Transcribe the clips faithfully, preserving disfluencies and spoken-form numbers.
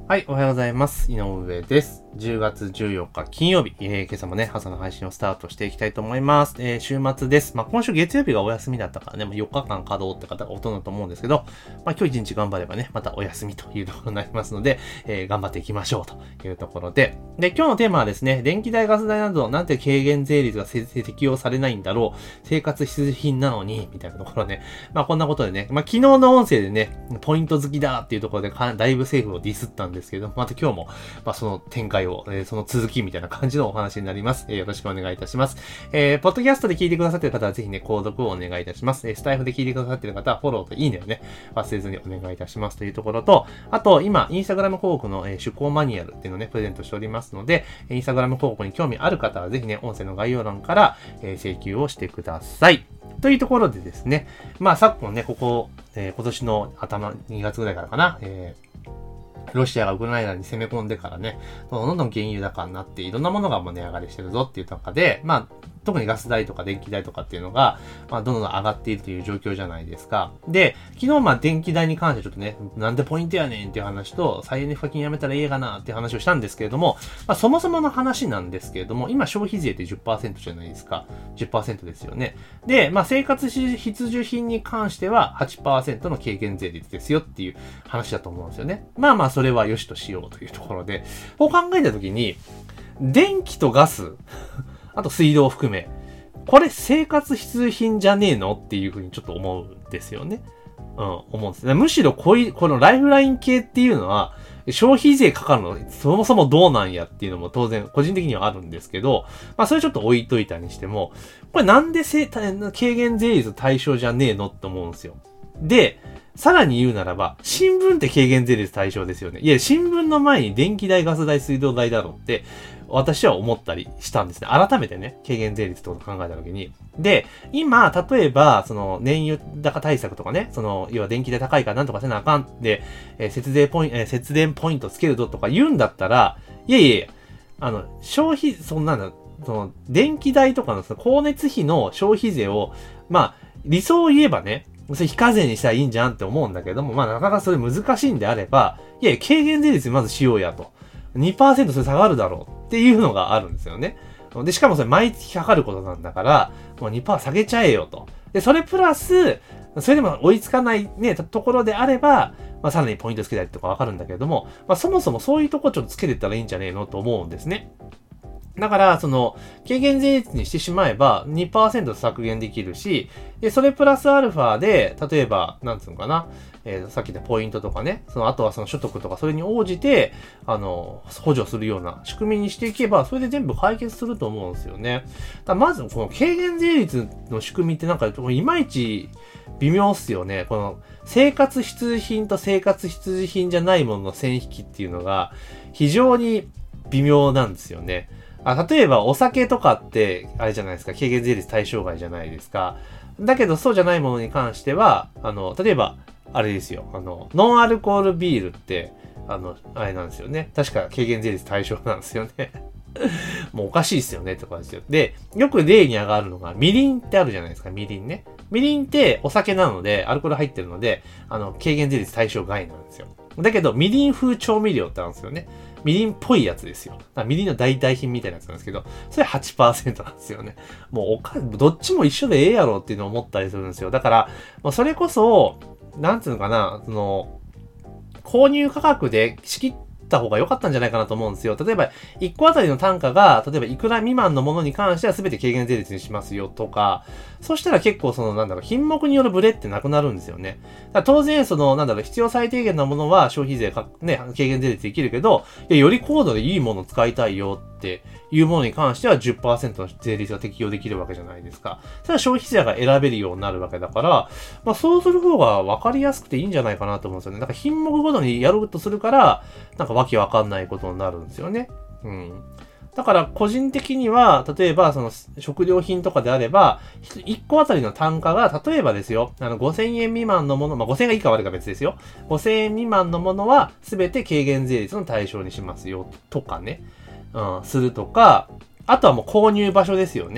はい、おはようございます。井上です。じゅうがつじゅうよっか金曜日、えー、今朝もね、朝の配信をスタートしていきたいと思います。えー、週末です。まあ、今週月曜日がお休みだったからね、まあ、よっかかん稼働って方がほとんどだと思うんですけど、まあ、今日一日頑張ればね、またお休みというところになりますので、えー、頑張っていきましょうというところで、で、今日のテーマはですね、電気代、ガス代など、なんて軽減税率が適用されないんだろう、生活必需品なのに、みたいなところね、まあ、こんなことでね、まあ、昨日の音声でね、ポイント好きだっていうところでか、だいぶ政府をディスったんですけど、また今日も、まあ、その展開を、えー、その続きみたいな感じのお話になります。えー、よろしくお願いいたします。えー、ポッドキャストで聞いてくださっている方はぜひね、購読をお願いいたします。えー、スタイフで聞いてくださっている方はフォローといいねをね、忘れずにお願いいたしますというところと、あと、今、インスタグラム広告の、えー、趣向マニュアルっていうのをね、プレゼントしておりますので、インスタグラム広告に興味ある方はぜひね、音声の概要欄から、えー、請求をしてください。というところでですね、まあ昨今ね、ここ、えー、今年の頭、にがつぐらいからかな、えーロシアがウクライナに攻め込んでからね、どんどん原油高になっていろんなものがもう値上がりしてるぞっていう中で、まあ、特にガス代とか電気代とかっていうのが、まあ、どんどん上がっているという状況じゃないですか。で、昨日まあ電気代に関してちょっとね、なんでポイントやねんっていう話と、再エネ賦課金やめたらいいかなっていう話をしたんですけれども、まあ、そもそもの話なんですけれども、今消費税って じゅっパーセント じゃないですか。じゅっパーセント ですよね。で、まあ、生活必需品に関しては はちパーセント の軽減税率ですよっていう話だと思うんですよね。まあまあ、それは良しとしようというところで、こう考えたときに、電気とガス、あと水道を含め、これ生活必需品じゃねえのっていうふうにちょっと思うんですよね。うん、思うんですね。むしろこういう、このライフライン系っていうのは、消費税かかるの、そもそもどうなんやっていうのも当然、個人的にはあるんですけど、まあそれちょっと置いといたにしても、これなんでせ軽減税率対象じゃねえのって思うんですよ。で、さらに言うならば、新聞って軽減税率対象ですよね。いや、新聞の前に電気代、ガス代、水道代だろうって、私は思ったりしたんですね。改めてね、軽減税率ってことを考えたときに。で、今、例えば、その、燃油高対策とかね、その、要は電気代高いからなんとかせなあかんで、えー、節電ポイント、えー、節電ポイントつけるぞとか言うんだったら、いやいやいや、あの、消費、そんなの、その、電気代とかのその光熱費の消費税を、まあ、理想を言えばね、それ非課税にしたらいいんじゃんって思うんだけども、まあなかなかそれ難しいんであれば、いやいや、軽減税率まずしようやと。にパーセント それ下がるだろうっていうのがあるんですよね。で、しかもそれ毎月かかることなんだから、もう にパーセント 下げちゃえよと。で、それプラス、それでも追いつかないね、ところであれば、まあさらにポイントつけたりとかわかるんだけれども、まあそもそもそういうとこちょっとつけてったらいいんじゃねえのと思うんですね。だから、その、軽減税率にしてしまえば にパーセント 削減できるし、で、それプラスアルファで、例えば、なんつうのかな、えー、さっき言ったポイントとかね、その、あとはその所得とか、それに応じて、あの、補助するような仕組みにしていけば、それで全部解決すると思うんですよね。だまず、この軽減税率の仕組みってなんか、いまいち微妙っすよね。この、生活必需品と生活必需品じゃないものの線引きっていうのが、非常に微妙なんですよね。あ、例えばお酒とかって、あれじゃないですか、軽減税率対象外じゃないですか。だけどそうじゃないものに関しては、あの、例えば、あれですよ、あの、ノンアルコールビールって、あの、あれなんですよね。確か軽減税率対象なんですよね。もうおかしいですよね、とかですよ。で、よく例に上がるのが、みりんってあるじゃないですか、みりんね。みりんってお酒なので、アルコール入ってるので、あの、軽減税率対象外なんですよ。だけど、みりん風調味料ってあるんですよね。みりんっぽいやつですよ。みりんの代替品みたいなやつなんですけど、それ はちパーセント なんですよね。もうおか、どっちも一緒でええやろっていうのを思ったりするんですよ。だから、もうそれこそ、なんつうのかな、その、購入価格で仕切った方が良かったんじゃないかなと思うんですよ。例えば、いっこあたりの単価が、例えばいくら未満のものに関しては全て軽減税率にしますよとか、そしたら結構その、なんだろう、品目によるブレってなくなるんですよね。だ当然、その、なんだろう、必要最低限なものは消費税か、ね、軽減税率できるけど、いや、より高度でいいものを使いたいよっていうものに関しては じゅっパーセント の税率が適用できるわけじゃないですか。それは消費者が選べるようになるわけだから、まあそうする方が分かりやすくていいんじゃないかなと思うんですよね。なんか品目ごとにやろうとするから、なんかわけわかんないことになるんですよね。うん。だから個人的には、例えばその食料品とかであれば、いっこあたりの単価が、例えばですよ、あのごせんえん未満のもの、まあごせんえんがいいか悪いか別ですよ。ごせんえん未満のものは全て軽減税率の対象にしますよ、とかね。うん、するとか、あとはもう購入場所ですよね。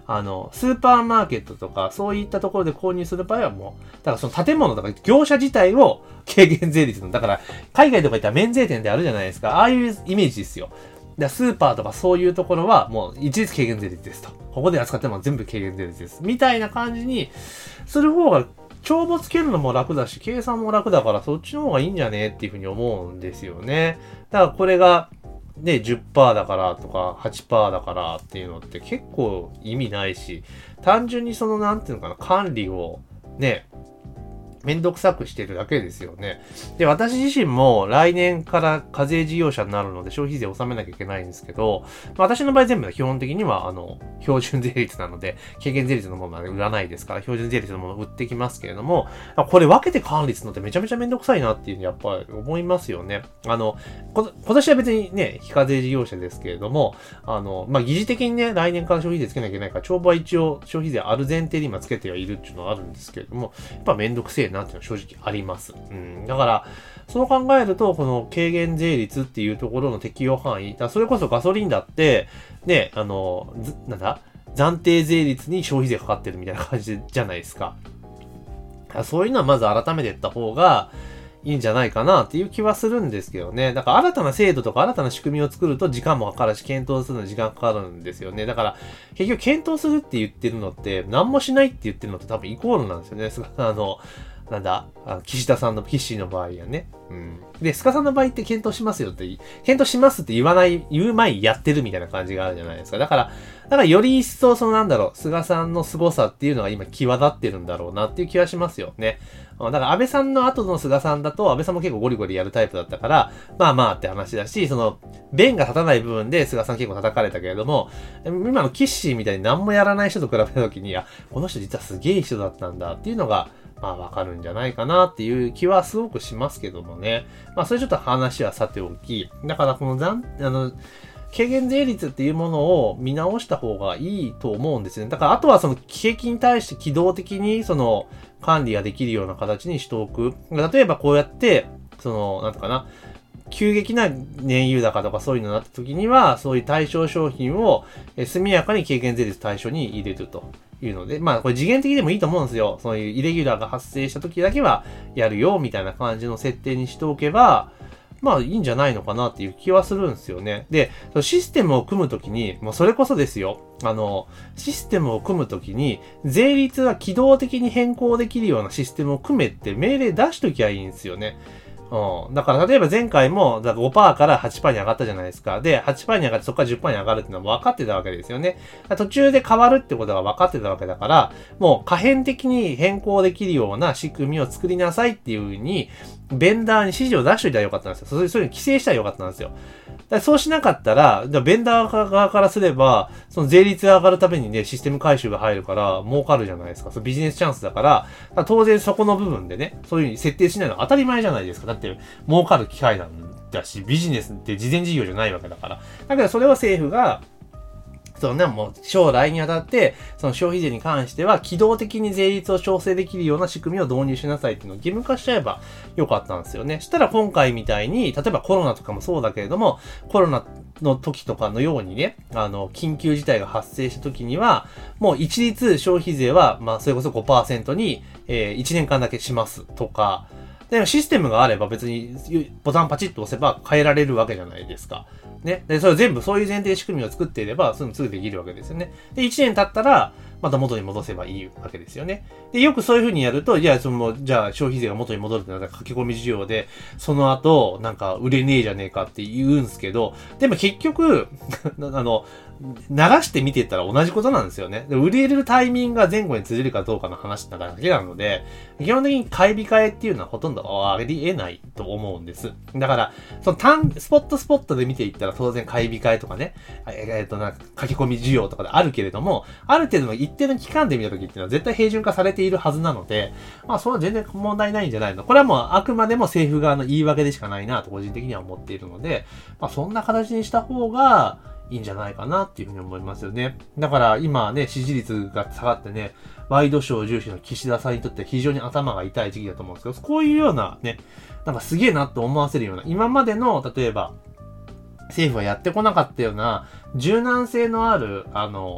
あの、スーパーマーケットとか、そういったところで購入する場合はもう、だからその建物とか業者自体を軽減税率の、だから、海外とか行ったら免税店であるじゃないですか。ああいうイメージですよ。だスーパーとかそういうところはもう一律軽減税率ですと。ここで扱っても全部軽減税率です。みたいな感じにする方が帳簿つけるのも楽だし、計算も楽だからそっちの方がいいんじゃねっていうふうに思うんですよね。だからこれがね、じゅっパーセント だからとか はちパーセント だからっていうのって結構意味ないし、単純にそのなんていうのかな、管理をね、めんどくさくしてるだけですよね。で、私自身も来年から課税事業者になるので消費税を納めなきゃいけないんですけど、私の場合全部基本的にはあの、標準税率なので、軽減税率のものは売らないですから、標準税率のものを売ってきますけれども、これ分けて管理するのってめちゃめちゃめんどくさいなっていうふうにやっぱり思いますよね。あの、こ今年は別にね、非課税事業者ですけれども、あの、まあ、疑似的にね、来年から消費税つけなきゃいけないから、帳簿は一応消費税ある前提で今つけてはいるっていうのはあるんですけれども、やっぱめんどくせえなっていうのは正直あります。うん。だから、そう考えると、この軽減税率っていうところの適用範囲、だそれこそガソリンだって、ね、あの、なんだ暫定税率に消費税かかってるみたいな感じじゃないですか。そういうのはまず改めていった方がいいんじゃないかなっていう気はするんですけどね。だから新たな制度とか新たな仕組みを作ると時間もかかるし、検討するのに時間かかるんですよね。だから結局検討するって言ってるのって、何もしないって言ってるのって多分イコールなんですよね。あの、なんだあ岸田さんの、岸の場合はね。うん。で、菅さんの場合って検討しますよって、検討しますって言わない、言う前にやってるみたいな感じがあるじゃないですか。だから、だからより一層そのなんだろう、菅さんの凄さっていうのが今際立ってるんだろうなっていう気はしますよね。だから安倍さんの後の菅さんだと、安倍さんも結構ゴリゴリやるタイプだったから、まあまあって話だし、その、弁が立たない部分で菅さん結構叩かれたけれども、今のキッシーみたいに何もやらない人と比べたときに、あ、この人実はすげえ人だったんだっていうのが、まあわかるんじゃないかなっていう気はすごくしますけどもね。まあそれちょっと話はさておき、だからこの残、あの、軽減税率っていうものを見直した方がいいと思うんですね。だからあとはその景気に対して機動的にその管理ができるような形にしておく。例えばこうやって、その、なんとかな、急激な燃油高とかそういうのになった時には、そういう対象商品を速やかに軽減税率対象に入れるというので、まあこれ次元的でもいいと思うんですよ。そういうイレギュラーが発生した時だけはやるよみたいな感じの設定にしておけば、まあいいんじゃないのかなっていう気はするんですよね。で、システムを組むときに、もうそれこそですよ。あの、システムを組むときに、税率は機動的に変更できるようなシステムを組めって命令出しときゃいいんですよね。うん。だから例えば前回もだから ごパーセント から はちパーセント に上がったじゃないですか。で、はちパーセント に上がってそこから じゅっパーセント に上がるっていうのは分かってたわけですよね。途中で変わるってことが分かってたわけだから、もう可変的に変更できるような仕組みを作りなさいっていう風に、ベンダーに指示を出しといたらよかったんですよ。そういう、そういうの規制したらよかったんですよ。だそうしなかったら、ベンダー側からすれば、その税率が上がるためにね、システム回収が入るから、儲かるじゃないですか。そのビジネスチャンスだから、から当然そこの部分でね、そういう風に設定しないのは当たり前じゃないですか。だって、儲かる機会なんだし、ビジネスって事前事業じゃないわけだから。だけどそれは政府が、そのね、もう将来にあたって、その消費税に関しては、機動的に税率を調整できるような仕組みを導入しなさいっていうのを義務化しちゃえばよかったんですよね。したら今回みたいに、例えばコロナとかもそうだけれども、コロナの時とかのようにね、あの、緊急事態が発生した時には、もう一律消費税は、まあ、それこそ ごパーセント に、えー、いちねんかんだけしますとか、で、システムがあれば別にボタンパチッと押せば変えられるわけじゃないですか。ね。で、それ全部そういう前提仕組みを作っていれば、そういうのすぐできるわけですよね。で、いちねん経ったら、また元に戻せばいいわけですよね。で、よくそういう風にやると、いや、その、じゃあ消費税が元に戻るってなったら書き込み需要で、その後、なんか売れねえじゃねえかって言うんすけど、でも結局、あの、流して見ていったら同じことなんですよね。で売れるタイミングが前後にずれるかどうかの話なだけなので、基本的に買い控えっていうのはほとんどあり得ないと思うんです。だから、その単、スポットスポットで見ていったら当然買い控えとかね、えっと、なんか書き込み需要とかであるけれども、ある程度の一定の期間で見た時っていうのは絶対平準化されているはずなので、まあそれは全然問題ないんじゃないの。これはもうあくまでも政府側の言い訳でしかないなと個人的には思っているので、まあそんな形にした方が、いいんじゃないかなっていうふうに思いますよね。だから今ね、支持率が下がってね、ワイドショー重視の岸田さんにとって非常に頭が痛い時期だと思うんですけど、こういうようなね、なんかすげえなと思わせるような、今までの、例えば、政府がやってこなかったような、柔軟性のある、あの、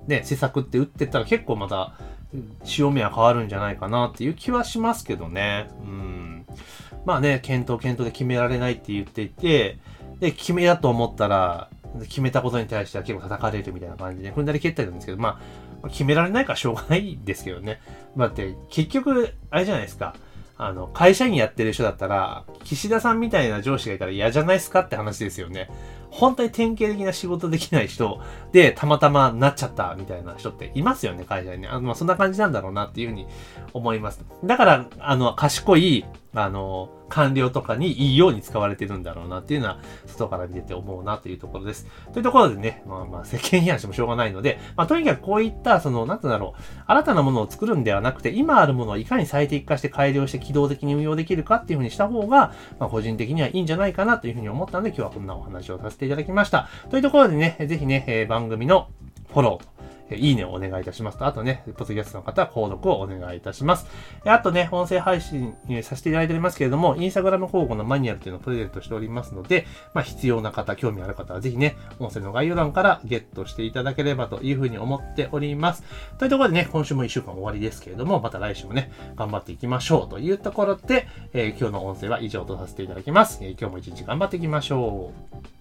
ね、施策って打ってったら結構また、潮目は変わるんじゃないかなっていう気はしますけどね。うん。まあね、検討検討で決められないって言っていて、で、決めだと思ったら、決めたことに対しては結構叩かれるみたいな感じで踏んだり蹴ったりなんですけど、まあ、決められないからしょうがないですけどね。だって、結局、あれじゃないですか。あの、会社員やってる人だったら、岸田さんみたいな上司がいたら嫌じゃないですかって話ですよね。本当に典型的な仕事できない人で、たまたまなっちゃったみたいな人っていますよね、会社にね。あの、まあ、そんな感じなんだろうなっていうふうに思います。だから、あの、賢い、あの、官僚とかにいいように使われてるんだろうなっていうのは、外から見てて思うなというところです。というところでね、まあまあ、世間批判してもしょうがないので、まあ、とにかくこういった、その、なんて言うんだろう、新たなものを作るんではなくて、今あるものをいかに最適化して改良して機動的に運用できるかっていうふうにした方が、まあ、個人的にはいいんじゃないかなというふうに思ったので、今日はこんなお話をさせていただきました。というところでね、ぜひね、えー、番組のフォローと、いいねをお願いいたしますと、あとね、ポッドキャストの方は購読をお願いいたします。あとね、音声配信させていただいておりますけれども、インスタグラム広告のマニュアルというのをプレゼントしておりますので、まあ必要な方、興味ある方はぜひね、音声の概要欄からゲットしていただければというふうに思っております。というところでね、今週もいっしゅうかん終わりですけれども、また来週もね、頑張っていきましょうというところで、えー、今日の音声は以上とさせていただきます。えー、今日も一日頑張っていきましょう。